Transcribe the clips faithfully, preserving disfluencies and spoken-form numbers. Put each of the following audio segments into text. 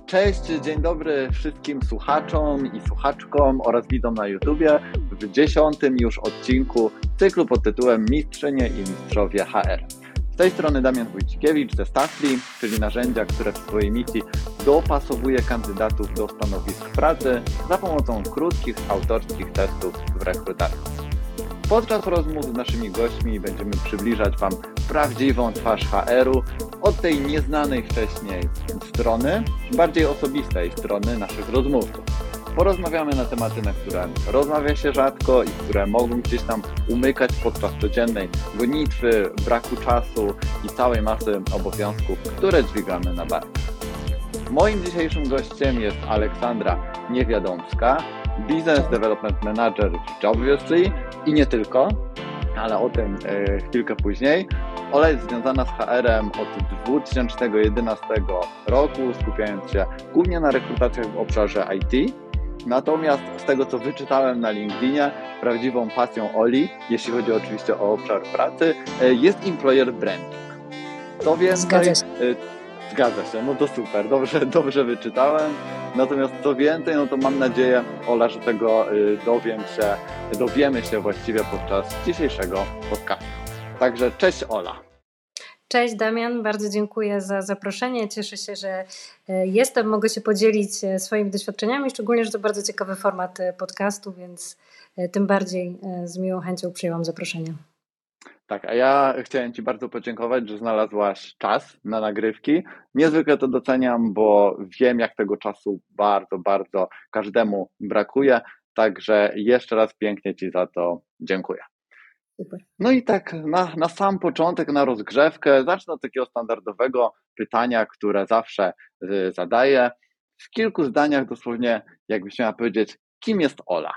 Cześć, dzień dobry wszystkim słuchaczom i słuchaczkom oraz widzom na YouTubie w dziesiątym już odcinku cyklu pod tytułem Mistrzynie i Mistrzowie H R. Z tej strony Damian Wójcikiewicz ze Staffli, czyli narzędzia, które w swojej misji dopasowuje kandydatów do stanowisk pracy za pomocą krótkich, autorskich testów w rekrutacji. Podczas rozmów z naszymi gośćmi będziemy przybliżać Wam prawdziwą twarz H R-u od tej nieznanej wcześniej strony, bardziej osobistej strony naszych rozmówców. Porozmawiamy na tematy, na które rozmawia się rzadko i które mogą gdzieś tam umykać podczas codziennej gonitwy, braku czasu i całej masy obowiązków, które dźwigamy na barkach. Moim dzisiejszym gościem jest Aleksandra Niewiadomska, Business Development Manager w Jobviously i nie tylko, ale o tym e, chwilkę później. Ola jest związana z H R-em od dwa tysiące jedenastego roku, skupiając się głównie na rekrutacjach w obszarze I T. Natomiast z tego, co wyczytałem na LinkedInie, prawdziwą pasją Oli, jeśli chodzi oczywiście o obszar pracy, e, jest employer branding. To więcej, Zgadza się. E, Zgadza się, no to super, dobrze, dobrze wyczytałem. Natomiast co więcej, no to mam nadzieję, Ola, że tego y, dowiem się, dowiemy się właściwie podczas dzisiejszego podcastu. Także cześć Ola. Cześć Damian, bardzo dziękuję za zaproszenie. Cieszę się, że jestem, mogę się podzielić swoimi doświadczeniami, szczególnie, że to bardzo ciekawy format podcastu, więc tym bardziej z miłą chęcią przyjęłam zaproszenie. Tak, a ja chciałem Ci bardzo podziękować, że znalazłaś czas na nagrywki. Niezwykle to doceniam, bo wiem, jak tego czasu bardzo, bardzo każdemu brakuje. Także jeszcze raz pięknie Ci za to dziękuję. Super. No i tak na, na sam początek, na rozgrzewkę, zacznę od takiego standardowego pytania, które zawsze y, zadaję. W kilku zdaniach dosłownie, jakbyś miała powiedzieć, kim jest Ola?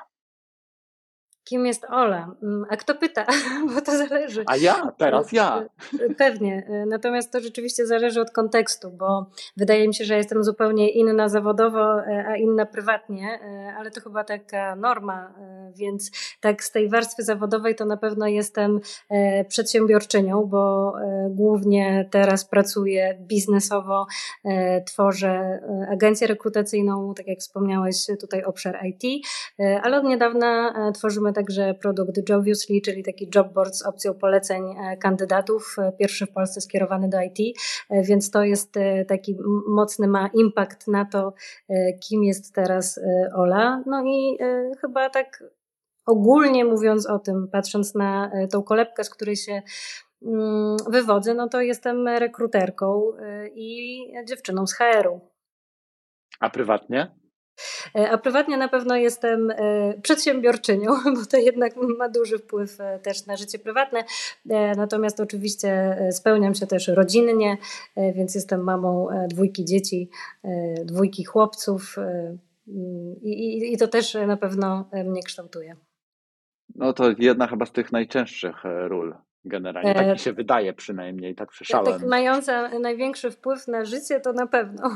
Kim jest Ola? A kto pyta? Bo to zależy. A ja? Teraz ja. Pewnie. Natomiast to rzeczywiście zależy od kontekstu, bo wydaje mi się, że jestem zupełnie inna zawodowo, a inna prywatnie, ale to chyba taka norma, więc tak z tej warstwy zawodowej to na pewno jestem przedsiębiorczynią, bo głównie teraz pracuję biznesowo, tworzę agencję rekrutacyjną, tak jak wspomniałeś, tutaj obszar I T, ale od niedawna tworzymy także produkt Jobviously, czyli taki job board z opcją poleceń kandydatów, pierwszy w Polsce skierowany do I T, więc to jest taki mocny, ma impact na to, kim jest teraz Ola. No i chyba tak ogólnie mówiąc o tym, patrząc na tą kolebkę, z której się wywodzę, no to jestem rekruterką i dziewczyną z H R-u. A prywatnie? A prywatnie na pewno jestem przedsiębiorczynią, bo to jednak ma duży wpływ też na życie prywatne. Natomiast oczywiście spełniam się też rodzinnie, więc jestem mamą dwójki dzieci, dwójki chłopców i, i, i to też na pewno mnie kształtuje. No to jedna chyba z tych najczęstszych ról. Generalnie, tak mi się wydaje przynajmniej, tak słyszałem. Tak mająca największy wpływ na życie to na pewno.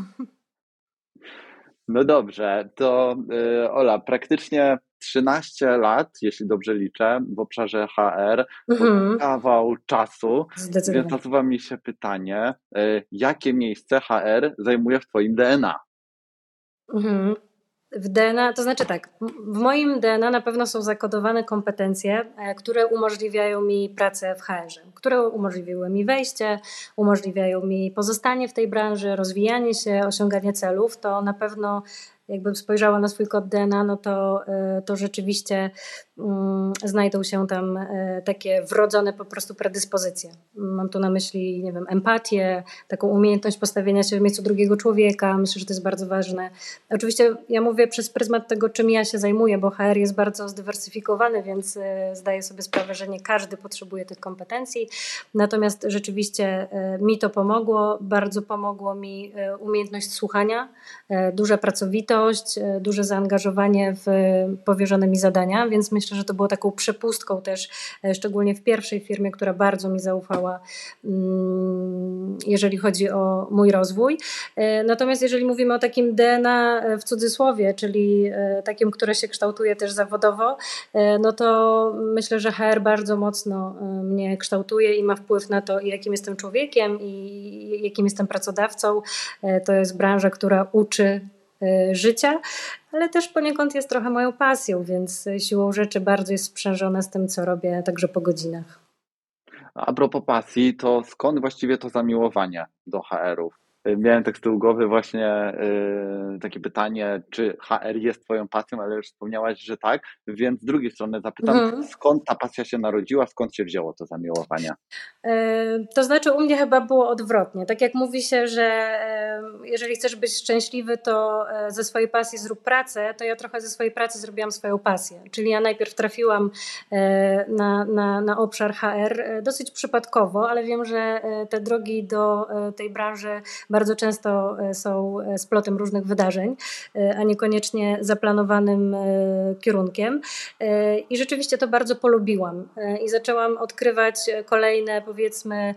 No dobrze, to y, Ola, praktycznie trzynaście lat, jeśli dobrze liczę, w obszarze H R, Mhm. to kawał czasu, Zdecydowanie. więc nasuwa mi się pytanie, y, jakie miejsce H R zajmuje w Twoim D N A? Mhm. W D N A, to znaczy tak, w moim D N A na pewno są zakodowane kompetencje, które umożliwiają mi pracę w H R-ze, które umożliwiły mi wejście, umożliwiają mi pozostanie w tej branży, rozwijanie się, osiąganie celów. To na pewno, jakbym spojrzała na swój kod D N A, no to, to rzeczywiście um, znajdą się tam takie wrodzone po prostu predyspozycje. Mam tu na myśli, nie wiem, empatię, taką umiejętność postawienia się w miejscu drugiego człowieka. Myślę, że to jest bardzo ważne. Oczywiście ja mówię przez pryzmat tego, czym ja się zajmuję, bo H R jest bardzo zdywersyfikowany, więc zdaję sobie sprawę, że nie każdy potrzebuje tych kompetencji. Natomiast rzeczywiście mi to pomogło. Bardzo pomogło mi umiejętność słuchania, duża pracowitość, duże zaangażowanie w powierzone mi zadania, więc myślę, że to było taką przepustką też, szczególnie w pierwszej firmie, która bardzo mi zaufała, jeżeli chodzi o mój rozwój. Natomiast jeżeli mówimy o takim D N A w cudzysłowie, czyli takim, które się kształtuje też zawodowo, no to myślę, że H R bardzo mocno mnie kształtuje i ma wpływ na to, jakim jestem człowiekiem i jakim jestem pracodawcą. To jest branża, która uczy życia, ale też poniekąd jest trochę moją pasją, więc siłą rzeczy bardzo jest sprzężona z tym, co robię, także po godzinach. A propos pasji, to skąd właściwie to zamiłowanie do H R-ów? Miałem tak z tyłu głowy właśnie yy, takie pytanie, czy H R jest twoją pasją, ale już wspomniałaś, że tak, więc z drugiej strony zapytam, Mhm. skąd ta pasja się narodziła, skąd się wzięło to zamiłowanie? To znaczy u mnie chyba było odwrotnie. Tak jak mówi się, że jeżeli chcesz być szczęśliwy, to ze swojej pasji zrób pracę, to ja trochę ze swojej pracy zrobiłam swoją pasję. Czyli ja najpierw trafiłam na, na, na obszar H R dosyć przypadkowo, ale wiem, że te drogi do tej branży bardzo często są splotem różnych wydarzeń, a niekoniecznie zaplanowanym kierunkiem. I rzeczywiście to bardzo polubiłam i zaczęłam odkrywać kolejne, powiedzmy,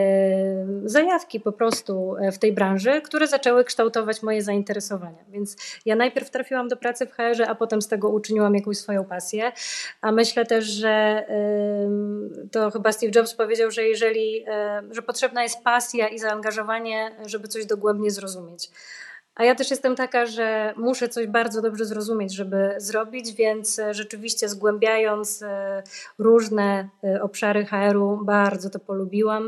zajawki po prostu w tej branży, które zaczęły kształtować moje zainteresowania. Więc ja najpierw trafiłam do pracy w H R-ze, a potem z tego uczyniłam jakąś swoją pasję. A myślę też, że to chyba Steve Jobs powiedział, że jeżeli, że potrzebna jest pasja i zaangażowanie, żeby coś dogłębnie zrozumieć. A ja też jestem taka, że muszę coś bardzo dobrze zrozumieć, żeby zrobić, więc rzeczywiście zgłębiając różne obszary H R-u, bardzo to polubiłam.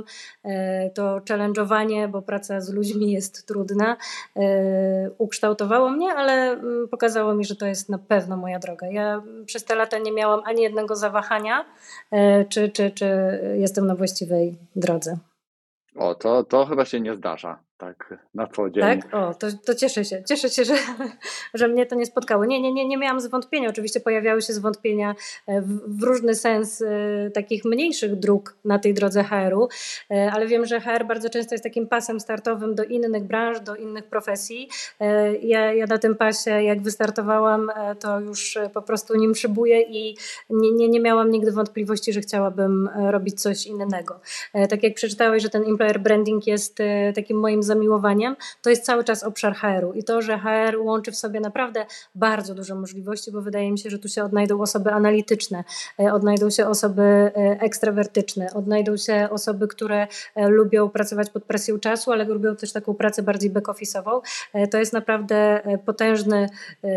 To challenge'owanie, bo praca z ludźmi jest trudna, ukształtowało mnie, ale pokazało mi, że to jest na pewno moja droga. Ja przez te lata nie miałam ani jednego zawahania, czy, czy, czy jestem na właściwej drodze. O, to, to chyba się nie zdarza tak na co dzień. Tak? O, to, to cieszę się. Cieszę się, że, że mnie to nie spotkało. Nie, nie, nie, nie miałam zwątpienia. Oczywiście pojawiały się zwątpienia w, w różny sens y, takich mniejszych dróg na tej drodze H R-u, y, ale wiem, że H R bardzo często jest takim pasem startowym do innych branż, do innych profesji. Y, ja, ja na tym pasie, jak wystartowałam, y, to już po prostu nim szybuję i nie, nie, nie miałam nigdy wątpliwości, że chciałabym robić coś innego. Y, tak jak przeczytałeś, że ten employer branding jest y, takim moim zamiłowaniem, to jest cały czas obszar H R-u i to, że H R łączy w sobie naprawdę bardzo dużo możliwości, bo wydaje mi się, że tu się odnajdą osoby analityczne, odnajdą się osoby ekstrawertyczne, odnajdą się osoby, które lubią pracować pod presją czasu, ale lubią też taką pracę bardziej back-office'ową. To jest naprawdę potężny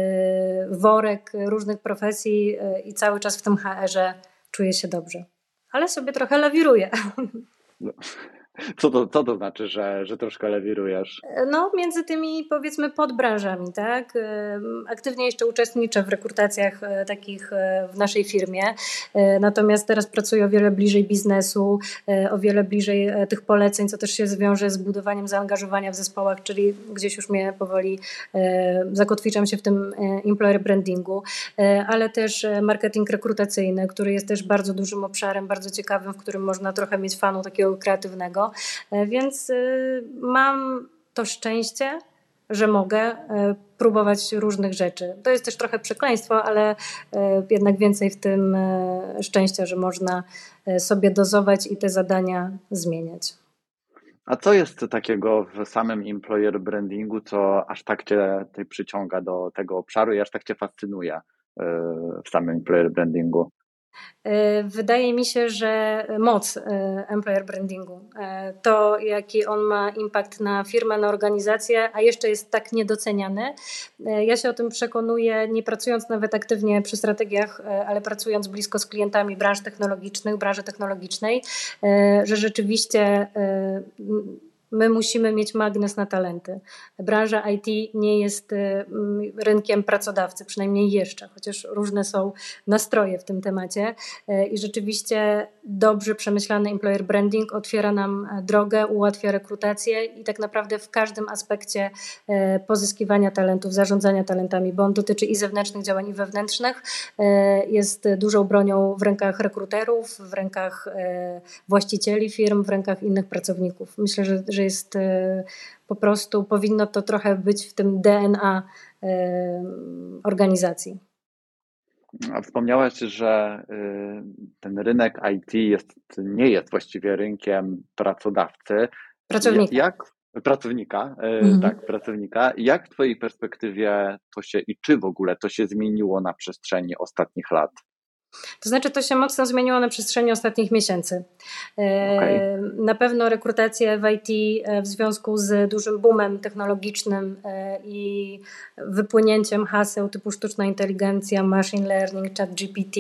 worek różnych profesji i cały czas w tym H R-ze czuję się dobrze. Ale sobie trochę lawiruję. No. Co to, co to znaczy, że, że troszkę lewirujesz? No, między tymi, powiedzmy, podbranżami, tak? Aktywnie jeszcze uczestniczę w rekrutacjach takich w naszej firmie, natomiast teraz pracuję o wiele bliżej biznesu, o wiele bliżej tych poleceń, co też się zwiąże z budowaniem zaangażowania w zespołach, czyli gdzieś już mnie powoli zakotwiczam się w tym employer brandingu, ale też marketing rekrutacyjny, który jest też bardzo dużym obszarem, bardzo ciekawym, w którym można trochę mieć fanu takiego kreatywnego. Więc mam to szczęście, że mogę próbować różnych rzeczy. To jest też trochę przekleństwo, ale jednak więcej w tym szczęścia, że można sobie dozować i te zadania zmieniać. A co jest takiego w samym employer brandingu, co aż tak cię przyciąga do tego obszaru i aż tak cię fascynuje w samym employer brandingu? Wydaje mi się, że moc employer brandingu, to jaki on ma impact na firmę, na organizację, a jeszcze jest tak niedoceniany. Ja się o tym przekonuję, nie pracując nawet aktywnie przy strategiach, ale pracując blisko z klientami branż technologicznych, branży technologicznej, że rzeczywiście my musimy mieć magnes na talenty. Branża I T nie jest rynkiem pracodawcy, przynajmniej jeszcze, chociaż różne są nastroje w tym temacie i rzeczywiście dobrze przemyślany employer branding otwiera nam drogę, ułatwia rekrutację i tak naprawdę w każdym aspekcie pozyskiwania talentów, zarządzania talentami, bo on dotyczy i zewnętrznych działań, i wewnętrznych, jest dużą bronią w rękach rekruterów, w rękach właścicieli firm, w rękach innych pracowników. Myślę, że, że jest po prostu, powinno to trochę być w tym D N A organizacji. A wspomniałaś, że ten rynek I T jest, nie jest właściwie rynkiem pracodawcy. Pracownika. Jak pracownika, Mhm. tak, pracownika. Jak w twojej perspektywie to się i czy w ogóle to się zmieniło na przestrzeni ostatnich lat? To znaczy, to się mocno zmieniło na przestrzeni ostatnich miesięcy. Okej. Na pewno rekrutacje w I T w związku z dużym boomem technologicznym i wypłynięciem haseł typu sztuczna inteligencja, machine learning, chat G P T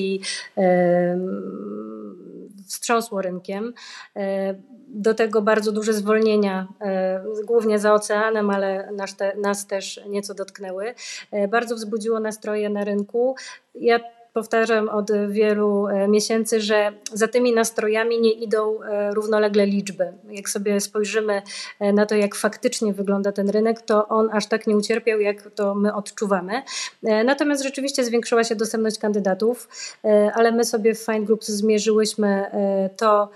wstrząsło rynkiem. Do tego bardzo duże zwolnienia, głównie za oceanem, ale nas, te, nas też nieco dotknęły. Bardzo wzbudziło nastroje na rynku. Ja powtarzam od wielu miesięcy, że za tymi nastrojami nie idą równolegle liczby. Jak sobie spojrzymy na to, jak faktycznie wygląda ten rynek, to on aż tak nie ucierpiał, jak to my odczuwamy. Natomiast rzeczywiście zwiększyła się dostępność kandydatów, ale my sobie w Find Groups zmierzyłyśmy to,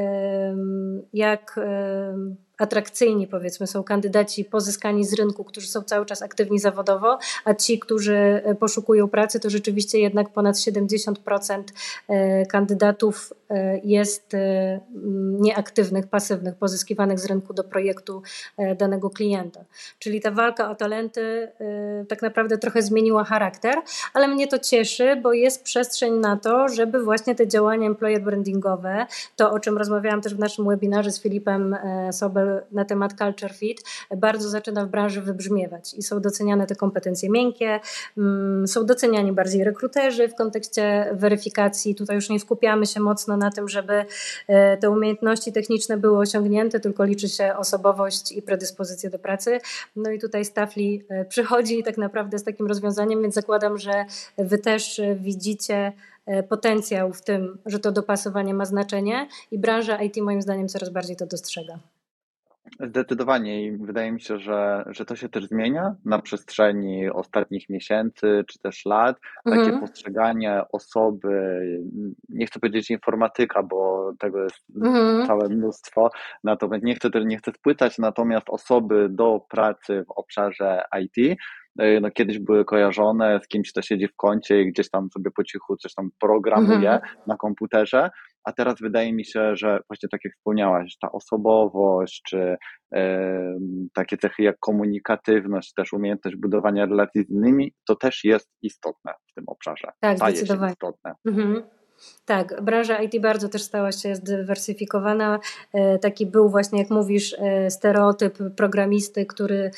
jak atrakcyjni, powiedzmy, są kandydaci pozyskani z rynku, którzy są cały czas aktywni zawodowo, a ci, którzy poszukują pracy, to rzeczywiście jednak ponad siedemdziesiąt procent kandydatów jest nieaktywnych, pasywnych, pozyskiwanych z rynku do projektu danego klienta. Czyli ta walka o talenty tak naprawdę trochę zmieniła charakter, ale mnie to cieszy, bo jest przestrzeń na to, żeby właśnie te działania employer brandingowe, to o czym rozmawiałam też w naszym webinarze z Filipem Sobel na temat Culture Fit, bardzo zaczyna w branży wybrzmiewać i są doceniane te kompetencje miękkie, są doceniani bardziej rekruterzy w kontekście weryfikacji. Tutaj już nie skupiamy się mocno na tym, żeby te umiejętności techniczne były osiągnięte, tylko liczy się osobowość i predyspozycje do pracy. No i tutaj Staffli przychodzi tak naprawdę z takim rozwiązaniem, więc zakładam, że wy też widzicie potencjał w tym, że to dopasowanie ma znaczenie i branża I T moim zdaniem coraz bardziej to dostrzega. Zdecydowanie i wydaje mi się, że, że to się też zmienia na przestrzeni ostatnich miesięcy czy też lat. Takie Mhm. postrzeganie osoby, nie chcę powiedzieć informatyka, bo tego jest Mhm. całe mnóstwo, natomiast nie chcę też nie chcę spłytać, natomiast osoby do pracy w obszarze I T no, kiedyś były kojarzone z kimś, kto siedzi w kącie i gdzieś tam sobie po cichu coś tam programuje Mhm. na komputerze, a teraz wydaje mi się, że właśnie tak jak wspomniałaś, ta osobowość, czy e, takie cechy jak komunikatywność, też umiejętność budowania relacji z innymi, to też jest istotne w tym obszarze. Tak, Staje się zdecydowanie. istotne. Mhm. Tak, branża I T bardzo też stała się zdywersyfikowana. Taki był właśnie, jak mówisz, stereotyp programisty, który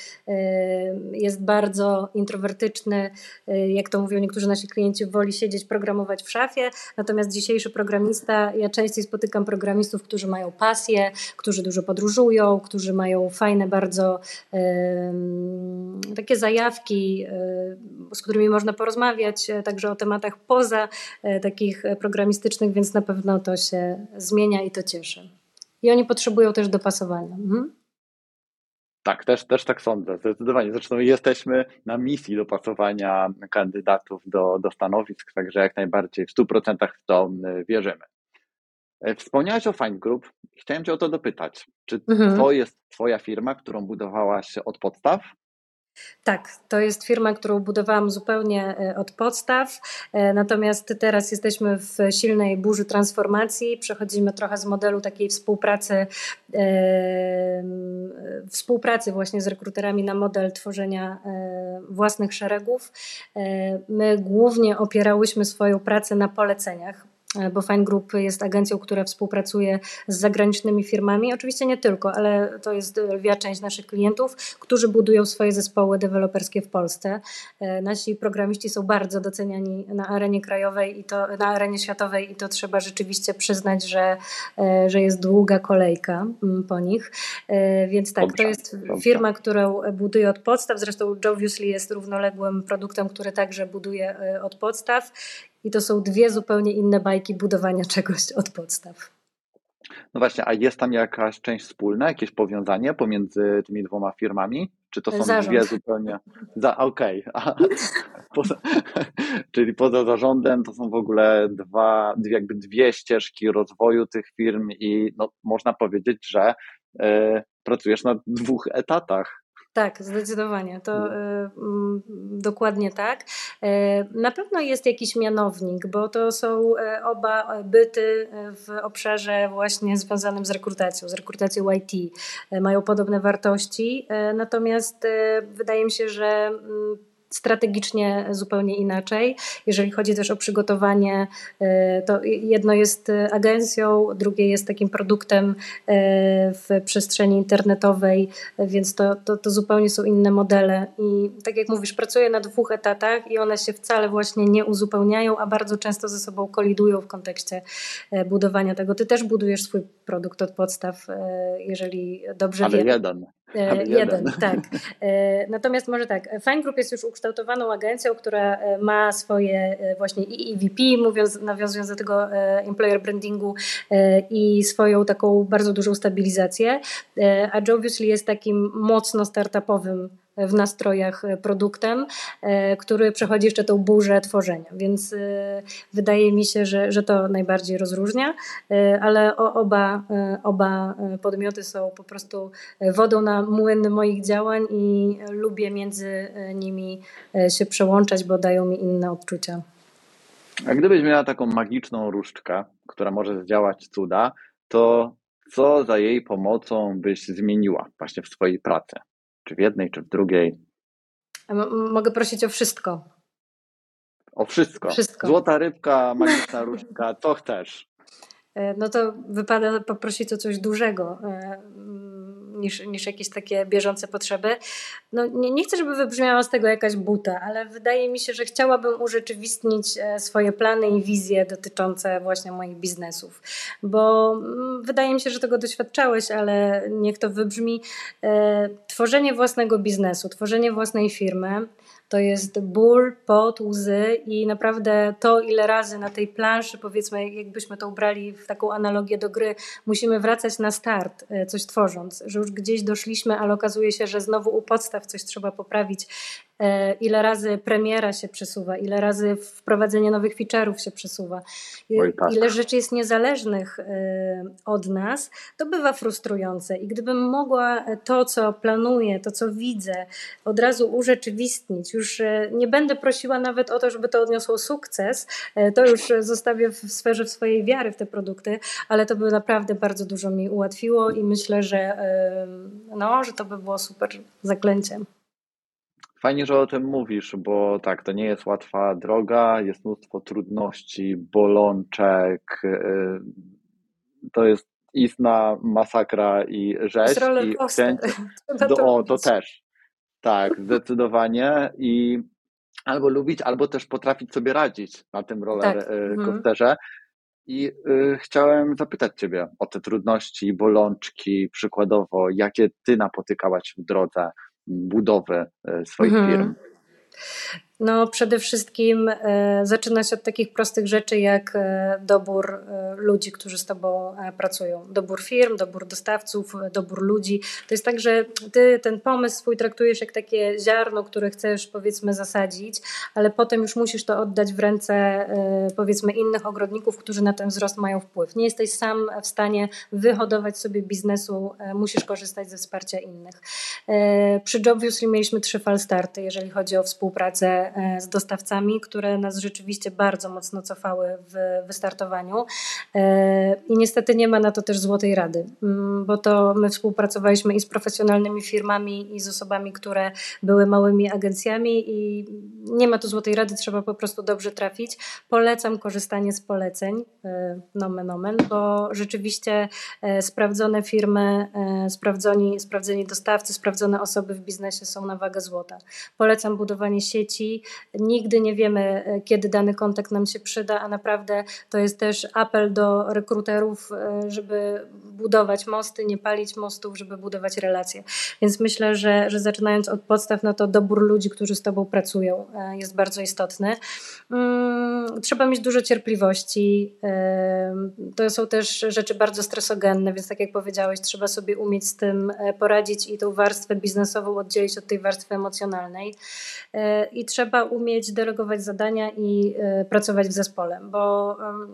jest bardzo introwertyczny, jak to mówią niektórzy nasi klienci, woli siedzieć, programować w szafie, natomiast dzisiejszy programista, ja częściej spotykam programistów, którzy mają pasję, którzy dużo podróżują, którzy mają fajne bardzo takie zajawki, z którymi można porozmawiać także o tematach poza takich programistycznych, więc na pewno to się zmienia i to cieszy. I oni potrzebują też dopasowania. Mhm. Tak, też, też tak sądzę, zdecydowanie. Zresztą jesteśmy na misji dopasowania kandydatów do, do stanowisk, także jak najbardziej w stu procentach w to wierzymy. Wspomniałaś o Find Group. Chciałem cię o to dopytać. Czy Mhm. to jest twoja firma, którą budowałaś od podstaw? Tak, to jest firma, którą budowałam zupełnie od podstaw, natomiast teraz jesteśmy w silnej burzy transformacji, przechodzimy trochę z modelu takiej współpracy, e, współpracy właśnie z rekruterami na model tworzenia własnych szeregów. My głównie opierałyśmy swoją pracę na poleceniach, bo Find Group jest agencją, która współpracuje z zagranicznymi firmami, oczywiście nie tylko, ale to jest lwia część naszych klientów, którzy budują swoje zespoły deweloperskie w Polsce. Nasi programiści są bardzo doceniani na arenie krajowej i to na arenie światowej i to trzeba rzeczywiście przyznać, że, że jest długa kolejka po nich, więc tak, Dobrze, to jest dobrze. firma, którą buduję od podstaw, zresztą Jobviously jest równoległym produktem, który także buduje od podstaw. I to są dwie zupełnie inne bajki budowania czegoś od podstaw. No właśnie, a jest tam jakaś część wspólna, jakieś powiązanie pomiędzy tymi dwoma firmami? Czy to są Zarząd. dwie zupełnie... Za... Okej. Okay. Poza... Czyli poza zarządem to są w ogóle dwa, dwie, jakby dwie ścieżki rozwoju tych firm i no, można powiedzieć, że e, pracujesz na dwóch etatach. Tak, zdecydowanie. To y, y, dokładnie tak. Y, na pewno jest jakiś mianownik, bo to są y, oba byty w obszarze właśnie związanym z rekrutacją, z rekrutacją I T. Y, mają podobne wartości, y, natomiast y, wydaje mi się, że y, strategicznie zupełnie inaczej. Jeżeli chodzi też o przygotowanie, to jedno jest agencją, drugie jest takim produktem w przestrzeni internetowej, więc to, to, to zupełnie są inne modele. I tak jak mówisz, pracuję na dwóch etatach i one się wcale właśnie nie uzupełniają, a bardzo często ze sobą kolidują w kontekście budowania tego. Ty też budujesz swój produkt od podstaw, jeżeli dobrze Ale wiem. jeden. Ale jeden, jeden. tak. Natomiast może tak, Fine Group jest już ukształtowaną agencją, która ma swoje właśnie i E V P, mówiąc, nawiązując do tego employer brandingu, i swoją taką bardzo dużą stabilizację, a Jobviously jest takim mocno startupowym w nastrojach produktem, który przechodzi jeszcze tą burzę tworzenia, więc wydaje mi się, że, że to najbardziej rozróżnia, ale oba, oba podmioty są po prostu wodą na młyn moich działań i lubię między nimi się przełączać, bo dają mi inne odczucia. A gdybyś miała taką magiczną różdżkę, która może zdziałać cuda, to co za jej pomocą byś zmieniła właśnie w swojej pracy? Czy w jednej, czy w drugiej? M- mogę prosić o wszystko. O wszystko. Wszystko. Złota rybka, magiczna różdżka, co chcesz? No to wypada poprosić o coś dużego niż, niż jakieś takie bieżące potrzeby. No nie, nie chcę, żeby wybrzmiała z tego jakaś buta, ale wydaje mi się, że chciałabym urzeczywistnić swoje plany i wizje dotyczące właśnie moich biznesów, bo wydaje mi się, że tego doświadczałeś, ale niech to wybrzmi. Tworzenie własnego biznesu, tworzenie własnej firmy to jest ból, pot, łzy i naprawdę to, ile razy na tej planszy, powiedzmy, jakbyśmy to ubrali w taką analogię do gry, musimy wracać na start, coś tworząc, że już gdzieś doszliśmy, ale okazuje się, że znowu u podstaw coś trzeba poprawić. Ile razy premiera się przesuwa, ile razy wprowadzenie nowych feature'ów się przesuwa, Oj, tak. Ile rzeczy jest niezależnych od nas, to bywa frustrujące i gdybym mogła to, co planuję, to, co widzę, od razu urzeczywistnić, już nie będę prosiła nawet o to, żeby to odniosło sukces, to już zostawię w sferze swojej wiary w te produkty, ale to by naprawdę bardzo dużo mi ułatwiło i myślę, że, no, że to by było super zaklęciem. Fajnie, że o tym mówisz, bo tak, to nie jest łatwa droga, jest mnóstwo trudności, bolączek, to jest istna masakra i rzeź. I coaster. Do, to o, to też. Tak, zdecydowanie. I albo lubić, albo też potrafić sobie radzić na tym roller coasterze. Tak. I y, chciałem zapytać Ciebie o te trudności, bolączki, przykładowo, jakie Ty napotykałaś w drodze budowy swoich mhm. firm? No przede wszystkim e, zaczyna się od takich prostych rzeczy jak e, dobór e, ludzi, którzy z Tobą e, pracują. Dobór firm, dobór dostawców, e, dobór ludzi. To jest tak, że Ty ten pomysł swój traktujesz jak takie ziarno, które chcesz powiedzmy zasadzić, ale potem już musisz to oddać w ręce e, powiedzmy innych ogrodników, którzy na ten wzrost mają wpływ. Nie jesteś sam w stanie wyhodować sobie biznesu, e, musisz korzystać ze wsparcia innych. E, przy Jobviously mieliśmy trzy falstarty, jeżeli chodzi o współpracę z dostawcami, które nas rzeczywiście bardzo mocno cofały w wystartowaniu i niestety nie ma na to też złotej rady, bo to my współpracowaliśmy i z profesjonalnymi firmami i z osobami, które były małymi agencjami i nie ma tu złotej rady, trzeba po prostu dobrze trafić. Polecam korzystanie z poleceń, nomen omen, bo rzeczywiście sprawdzone firmy, sprawdzoni, sprawdzeni dostawcy, sprawdzone osoby w biznesie są na wagę złota. Polecam budowanie sieci. Nigdy nie wiemy, kiedy dany kontakt nam się przyda, a naprawdę to jest też apel do rekruterów, żeby budować mosty, nie palić mostów, żeby budować relacje. Więc myślę, że, że zaczynając od podstaw, no to dobór ludzi, którzy z Tobą pracują, jest bardzo istotny. Trzeba mieć dużo cierpliwości. To są też rzeczy bardzo stresogenne, więc tak jak powiedziałeś, trzeba sobie umieć z tym poradzić i tą warstwę biznesową oddzielić od tej warstwy emocjonalnej. I trzeba umieć delegować zadania i pracować w zespole, bo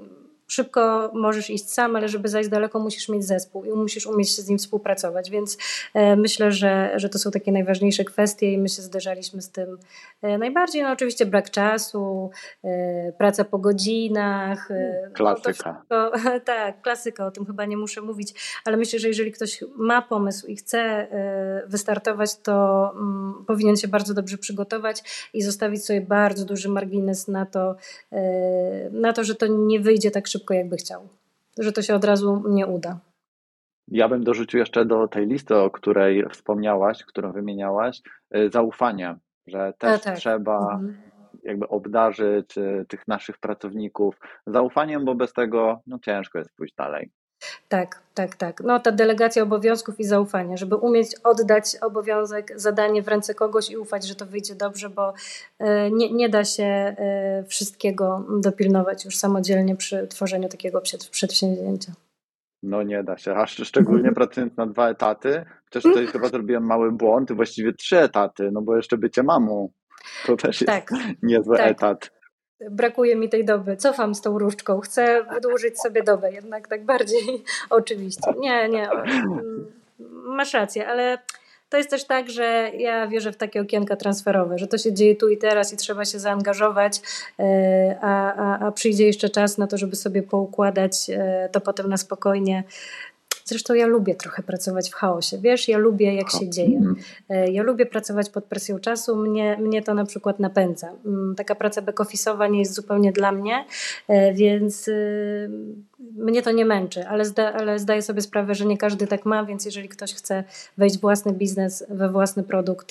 szybko możesz iść sam, ale żeby zajść daleko, musisz mieć zespół i musisz umieć się z nim współpracować, więc myślę, że, że to są takie najważniejsze kwestie i my się zderzaliśmy z tym najbardziej. No oczywiście brak czasu, praca po godzinach. Klasyka. No to wszystko, tak, klasyka, o tym chyba nie muszę mówić, ale myślę, że jeżeli ktoś ma pomysł i chce wystartować, to um, powinien się bardzo dobrze przygotować i zostawić sobie bardzo duży margines na to, na to, że to nie wyjdzie tak szybko, jakby chciał, że to się od razu nie uda. Ja bym dorzucił jeszcze do tej listy, o której wspomniałaś, którą wymieniałaś, zaufanie, że też A, tak. trzeba mhm. jakby obdarzyć tych naszych pracowników zaufaniem, bo bez tego no, ciężko jest pójść dalej. Tak, tak, tak. No ta delegacja obowiązków i zaufanie, żeby umieć oddać obowiązek, zadanie w ręce kogoś i ufać, że to wyjdzie dobrze, bo nie, nie da się wszystkiego dopilnować już samodzielnie przy tworzeniu takiego przedsięwzięcia. No nie da się, a szczególnie pracując na dwa etaty, chociaż tutaj chyba zrobiłem mały błąd, właściwie trzy etaty, no bo jeszcze bycie mamą, to też jest tak, niezły tak. etat. Brakuje mi tej doby, cofam z tą różdżką, chcę wydłużyć sobie dobę, jednak tak bardziej oczywiście. Nie, nie, masz rację, ale to jest też tak, że ja wierzę w takie okienka transferowe, że to się dzieje tu i teraz i trzeba się zaangażować, a, a, a przyjdzie jeszcze czas na to, żeby sobie poukładać to potem na spokojnie. Zresztą ja lubię trochę pracować w chaosie, wiesz, ja lubię jak się dzieje. Ja lubię pracować pod presją czasu, mnie, mnie to na przykład napędza. Taka praca back-office'owa nie jest zupełnie dla mnie, więc mnie to nie męczy, ale, zda, ale zdaję sobie sprawę, że nie każdy tak ma, więc jeżeli ktoś chce wejść w własny biznes, we własny produkt,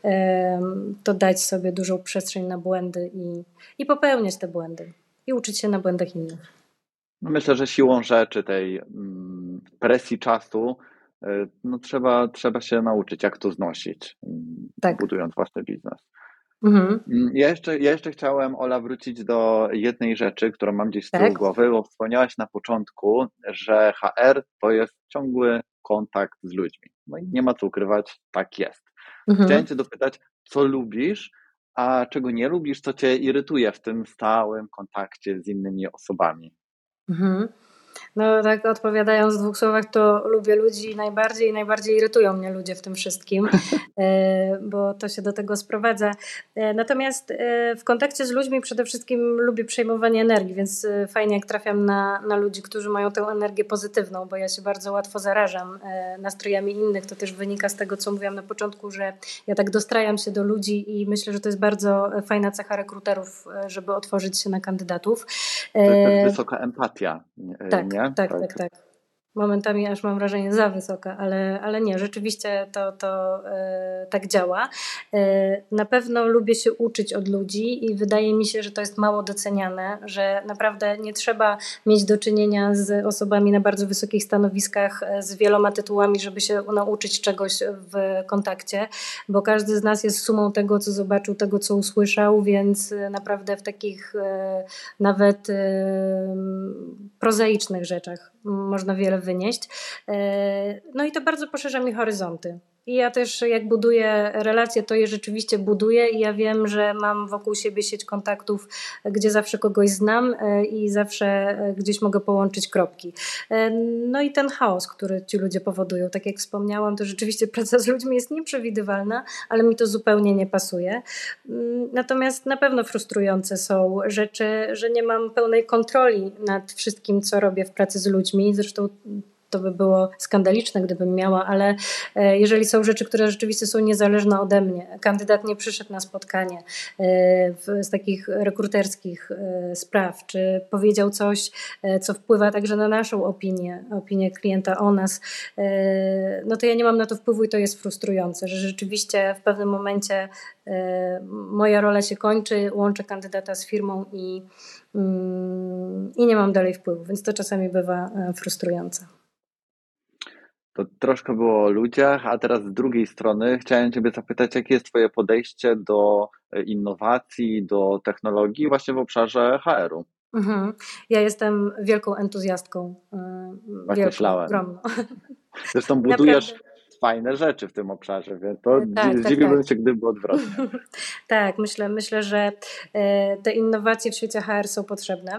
to dać sobie dużą przestrzeń na błędy i, i popełniać te błędy i uczyć się na błędach innych. No myślę, że siłą rzeczy tej presji czasu no trzeba, trzeba się nauczyć, jak to znosić, tak. budując własny biznes. Mhm. Ja, jeszcze, ja jeszcze chciałem, Ola, wrócić do jednej rzeczy, którą mam gdzieś z tyłu tak. głowy, bo wspomniałaś na początku, że H R to jest ciągły kontakt z ludźmi. No i nie ma co ukrywać, tak jest. Mhm. Chciałem cię dopytać, co lubisz, a czego nie lubisz, co cię irytuje w tym stałym kontakcie z innymi osobami? Mhm. No tak odpowiadając w dwóch słowach, to lubię ludzi najbardziej i najbardziej irytują mnie ludzie w tym wszystkim, bo to się do tego sprowadza. Natomiast w kontakcie z ludźmi przede wszystkim lubię przejmowanie energii, więc fajnie jak trafiam na, na ludzi, którzy mają tę energię pozytywną, bo ja się bardzo łatwo zarażam nastrojami innych. To też wynika z tego, co mówiłam na początku, że ja tak dostrajam się do ludzi i myślę, że to jest bardzo fajna cecha rekruterów, żeby otworzyć się na kandydatów. To jest wysoka empatia. Tak, nie? tak, tak, tak. Momentami aż mam wrażenie za wysoka, ale, ale nie, rzeczywiście to, to e, tak działa. E, na pewno lubię się uczyć od ludzi i wydaje mi się, że to jest mało doceniane, że naprawdę nie trzeba mieć do czynienia z osobami na bardzo wysokich stanowiskach z wieloma tytułami, żeby się nauczyć czegoś w kontakcie, bo każdy z nas jest sumą tego, co zobaczył, tego, co usłyszał, więc naprawdę w takich e, nawet e, prozaicznych rzeczach można wiele wynieść. No i to bardzo poszerza mi horyzonty. I ja też jak buduję relacje, to je rzeczywiście buduję i ja wiem, że mam wokół siebie sieć kontaktów, gdzie zawsze kogoś znam i zawsze gdzieś mogę połączyć kropki. No i ten chaos, który ci ludzie powodują, tak jak wspomniałam, to rzeczywiście praca z ludźmi jest nieprzewidywalna, ale mi to zupełnie nie pasuje. Natomiast na pewno frustrujące są rzeczy, że nie mam pełnej kontroli nad wszystkim, co robię w pracy z ludźmi. Zresztą to by było skandaliczne, gdybym miała, ale jeżeli są rzeczy, które rzeczywiście są niezależne ode mnie, kandydat nie przyszedł na spotkanie z takich rekruterskich spraw, czy powiedział coś, co wpływa także na naszą opinię, opinię klienta o nas, no to ja nie mam na to wpływu i to jest frustrujące, że rzeczywiście w pewnym momencie moja rola się kończy, łączę kandydata z firmą i, i nie mam dalej wpływu, więc to czasami bywa frustrujące. To troszkę było o ludziach, a teraz z drugiej strony chciałem Ciebie zapytać, jakie jest Twoje podejście do innowacji, do technologii właśnie w obszarze H R u? Mhm. Ja jestem wielką entuzjastką. Tak wielką, myślałem. ogromną. Zresztą budujesz, fajne rzeczy w tym obszarze, więc to Tak, tak, zdziwiłbym tak. się, gdyby było odwrotnie. Tak, myślę, myślę, że te innowacje w świecie H R są potrzebne.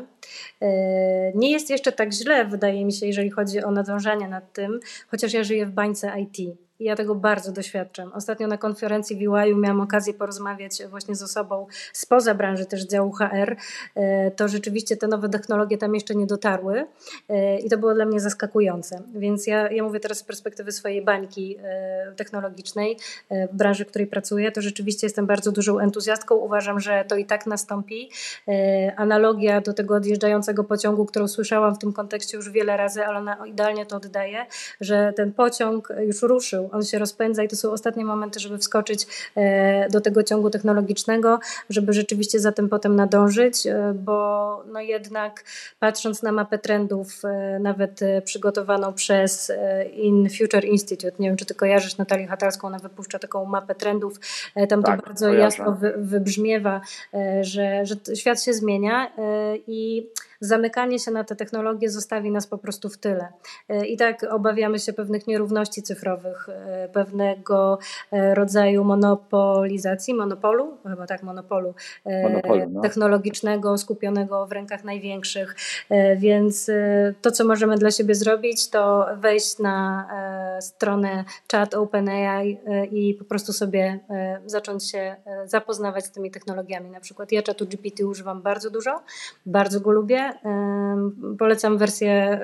Nie jest jeszcze tak źle, wydaje mi się, jeżeli chodzi o nadążanie nad tym, chociaż ja żyję w bańce I T. I ja tego bardzo doświadczam. Ostatnio na konferencji w U I u miałam okazję porozmawiać właśnie z osobą spoza branży też działu H R. To rzeczywiście te nowe technologie tam jeszcze nie dotarły i to było dla mnie zaskakujące. Więc ja, ja mówię teraz z perspektywy swojej bańki technologicznej w branży, w której pracuję, to rzeczywiście jestem bardzo dużą entuzjastką. Uważam, że to i tak nastąpi. Analogia do tego odjeżdżającego pociągu, którą słyszałam w tym kontekście już wiele razy, ale ona idealnie to oddaje, że ten pociąg już ruszył, on się rozpędza i to są ostatnie momenty, żeby wskoczyć do tego ciągu technologicznego, żeby rzeczywiście za tym potem nadążyć, bo no jednak patrząc na mapę trendów, nawet przygotowaną przez In Future Institute, nie wiem, czy ty kojarzysz Natalię Hatalską, ona wypuszcza taką mapę trendów, tam Tak, to bardzo kojarzę. jasno wy, wybrzmiewa, że, że świat się zmienia i zamykanie się na te technologie zostawi nas po prostu w tyle. I tak obawiamy się pewnych nierówności cyfrowych, pewnego rodzaju monopolizacji, monopolu, chyba tak, monopolu, Monopolu, no. technologicznego skupionego w rękach największych. Więc to, co możemy dla siebie zrobić, to wejść na stronę Chat OpenAI i po prostu sobie zacząć się zapoznawać z tymi technologiami. Na przykład ja Chatu G P T używam bardzo dużo, bardzo go lubię. Polecam wersję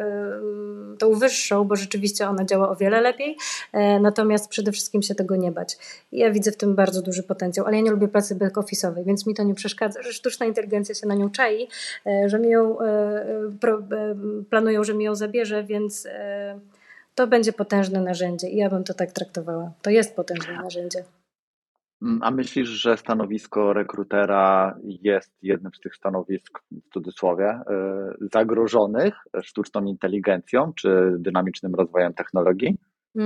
tą wyższą, bo rzeczywiście ona działa o wiele lepiej, natomiast przede wszystkim się tego nie bać. Ja widzę w tym bardzo duży potencjał, ale ja nie lubię pracy back-office'owej, więc mi to nie przeszkadza, że sztuczna inteligencja się na nią czai, że mi ją planują, że mi ją zabierze, więc to będzie potężne narzędzie i ja bym to tak traktowała. To jest potężne narzędzie. A myślisz, że stanowisko rekrutera jest jednym z tych stanowisk, w cudzysłowie, zagrożonych sztuczną inteligencją czy dynamicznym rozwojem technologii?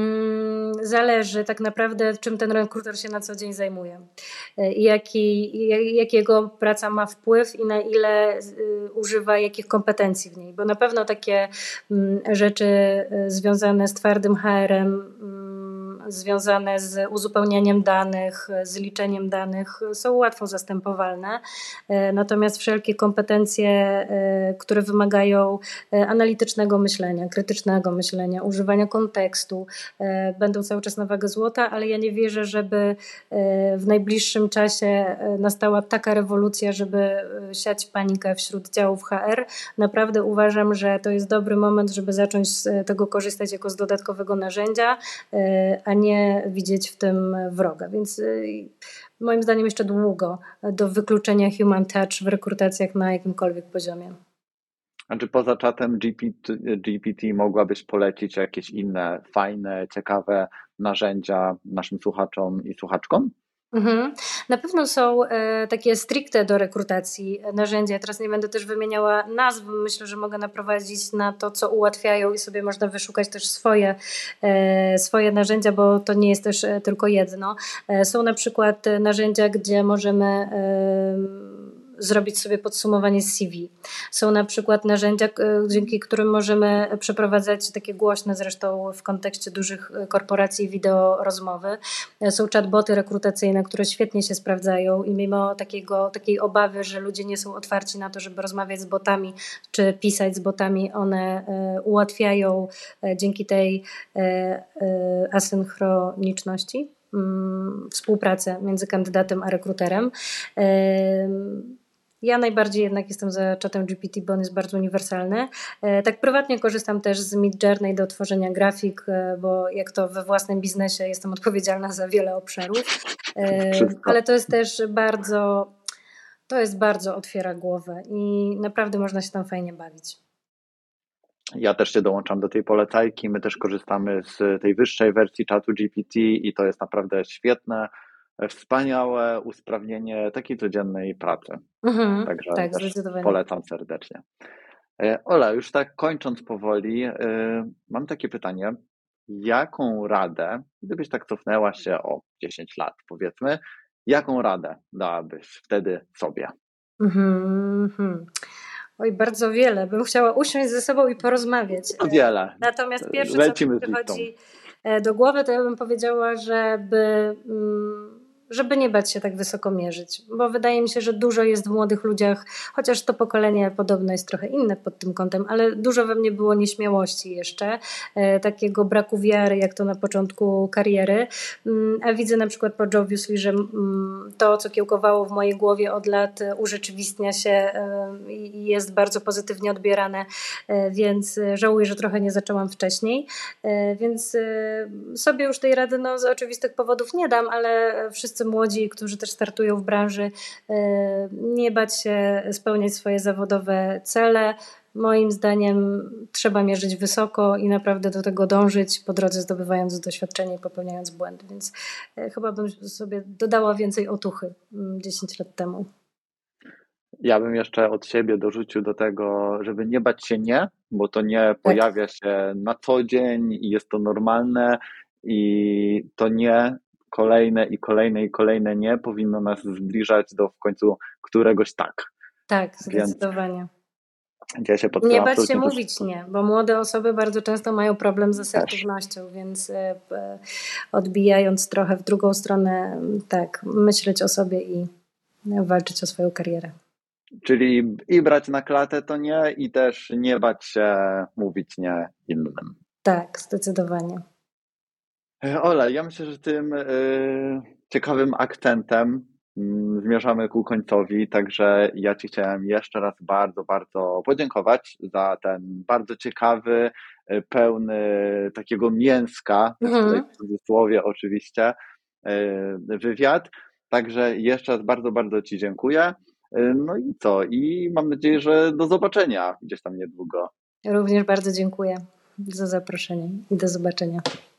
Zależy tak naprawdę, czym ten rekruter się na co dzień zajmuje i jaki, jak jego praca ma wpływ i na ile używa jakich kompetencji w niej, bo na pewno takie rzeczy związane z twardym H R-em, związane z uzupełnianiem danych, z liczeniem danych są łatwo zastępowalne, natomiast wszelkie kompetencje, które wymagają analitycznego myślenia, krytycznego myślenia, używania kontekstu, będą cały czas na wagę złota, ale ja nie wierzę, żeby w najbliższym czasie nastała taka rewolucja, żeby siać panikę wśród działów H R. Naprawdę uważam, że to jest dobry moment, żeby zacząć z tego korzystać jako z dodatkowego narzędzia, a nie widzieć w tym wroga. Więc moim zdaniem jeszcze długo do wykluczenia human touch w rekrutacjach na jakimkolwiek poziomie. A czy poza czatem G P T, G P T mogłabyś polecić jakieś inne fajne, ciekawe narzędzia naszym słuchaczom i słuchaczkom? Mhm. Na pewno są e, takie stricte do rekrutacji narzędzia. Ja teraz nie będę też wymieniała nazw, myślę, że mogę naprowadzić na to, co ułatwiają i sobie można wyszukać też swoje, e, swoje narzędzia, bo to nie jest też tylko jedno. E, są na przykład narzędzia, gdzie możemy e, zrobić sobie podsumowanie z C V. Są na przykład narzędzia, dzięki którym możemy przeprowadzać takie głośne zresztą w kontekście dużych korporacji wideo rozmowy. Są chatboty rekrutacyjne, które świetnie się sprawdzają i mimo takiego, takiej obawy, że ludzie nie są otwarci na to, żeby rozmawiać z botami czy pisać z botami, one ułatwiają dzięki tej asynchroniczności współpracę między kandydatem a rekruterem. Ja najbardziej jednak jestem za czatem G P T, bo on jest bardzo uniwersalny. Tak prywatnie korzystam też z Midjourney do tworzenia grafik, bo jak to we własnym biznesie jestem odpowiedzialna za wiele obszarów, Wszystko. ale to jest też bardzo, to jest bardzo otwiera głowę i naprawdę można się tam fajnie bawić. Ja też się dołączam do tej polecajki. My też korzystamy z tej wyższej wersji czatu G P T i to jest naprawdę świetne, wspaniałe usprawnienie takiej codziennej pracy. Mhm, Także tak, też zdecydowanie. polecam serdecznie. Ola, już tak kończąc powoli, mam takie pytanie. Jaką radę, gdybyś tak cofnęła się o dziesięć lat, powiedzmy, jaką radę dałabyś wtedy sobie? Mhm. Oj, bardzo wiele. Bym chciała usiąść ze sobą i porozmawiać. No wiele. Natomiast pierwsze, Lecimy co mi z listą. przychodzi do głowy, to ja bym powiedziała, żeby żeby nie bać się tak wysoko mierzyć, bo wydaje mi się, że dużo jest w młodych ludziach, chociaż to pokolenie podobno jest trochę inne pod tym kątem, ale dużo we mnie było nieśmiałości jeszcze, takiego braku wiary, jak to na początku kariery, a widzę na przykład po Jobviously, że to, co kiełkowało w mojej głowie od lat, urzeczywistnia się i jest bardzo pozytywnie odbierane, więc żałuję, że trochę nie zaczęłam wcześniej, więc sobie już tej rady no, z oczywistych powodów nie dam, ale wszyscy młodzi, którzy też startują w branży, nie bać się spełniać swoje zawodowe cele. Moim zdaniem trzeba mierzyć wysoko i naprawdę do tego dążyć, po drodze zdobywając doświadczenie i popełniając błędy, więc chyba bym sobie dodała więcej otuchy dziesięć lat temu. Ja bym jeszcze od siebie dorzucił do tego, żeby nie bać się nie, bo to nie pojawia się na co dzień i jest to normalne i to nie kolejne i kolejne i kolejne nie powinno nas zbliżać do w końcu któregoś tak. Tak, zdecydowanie. Więc ja się pod nie bać się mówić nie, bo młode osoby bardzo często mają problem z asertywnością, też. Więc odbijając trochę w drugą stronę, tak, myśleć o sobie i walczyć o swoją karierę. Czyli i brać na klatę to nie i też nie bać się mówić nie innym. Tak, zdecydowanie. Ola, ja myślę, że tym y, ciekawym akcentem y, zmierzamy ku końcowi, także ja Ci chciałem jeszcze raz bardzo, bardzo podziękować za ten bardzo ciekawy, y, pełny takiego mięska, mhm. tutaj w cudzysłowie oczywiście, y, wywiad. Także jeszcze raz bardzo, bardzo Ci dziękuję. Y, no i co? I mam nadzieję, że do zobaczenia gdzieś tam niedługo. Również bardzo dziękuję za zaproszenie i do zobaczenia.